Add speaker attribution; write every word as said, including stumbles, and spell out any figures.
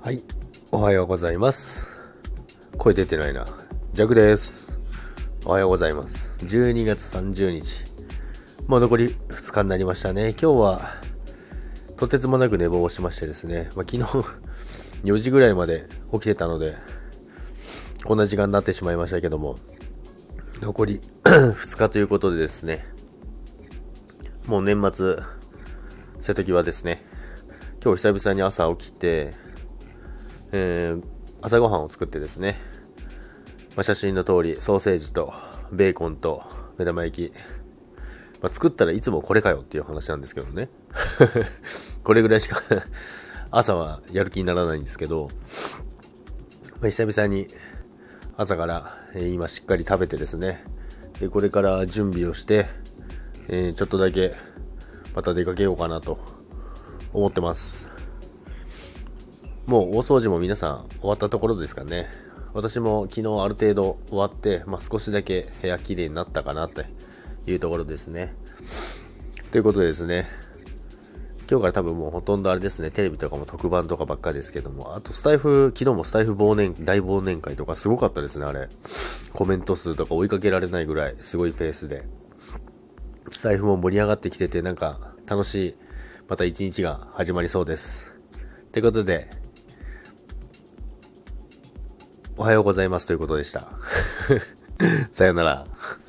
Speaker 1: はい、おはようございます。声出てないな。ジャクです。おはようございます。じゅうにがつさんじゅうにち、もう残りふつかになりましたね。今日はとてつもなく寝坊をしましてですね、まあ、昨日よじぐらいまで起きてたのでこんな時間になってしまいましたけども、残りふつかということでですね、もう年末瀬戸際ですね。今日久々に朝起きて、えー、朝ごはんを作ってですね、まあ、写真の通りソーセージとベーコンと目玉焼き、まあ、作ったらいつもこれかよっていう話なんですけどねこれぐらいしか朝はやる気にならないんですけど、まあ、久々に朝から、えー、今しっかり食べてですね、でこれから準備をして、えー、ちょっとだけまた出かけようかなと思ってます。もう大掃除も皆さん終わったところですかね。私も昨日ある程度終わって、まあ、少しだけ部屋きれいになったかなというところですね。ということでですね、今日から多分もうほとんどあれですね、テレビとかも特番とかばっかですけども、あとスタイフ、昨日もスタイフ忘年大忘年会とかすごかったですね。あれコメント数とか追いかけられないぐらいすごいペースでスタイフも盛り上がってきてて、なんか楽しいまた一日が始まりそうです。ということで、おはようございますということでしたさよなら。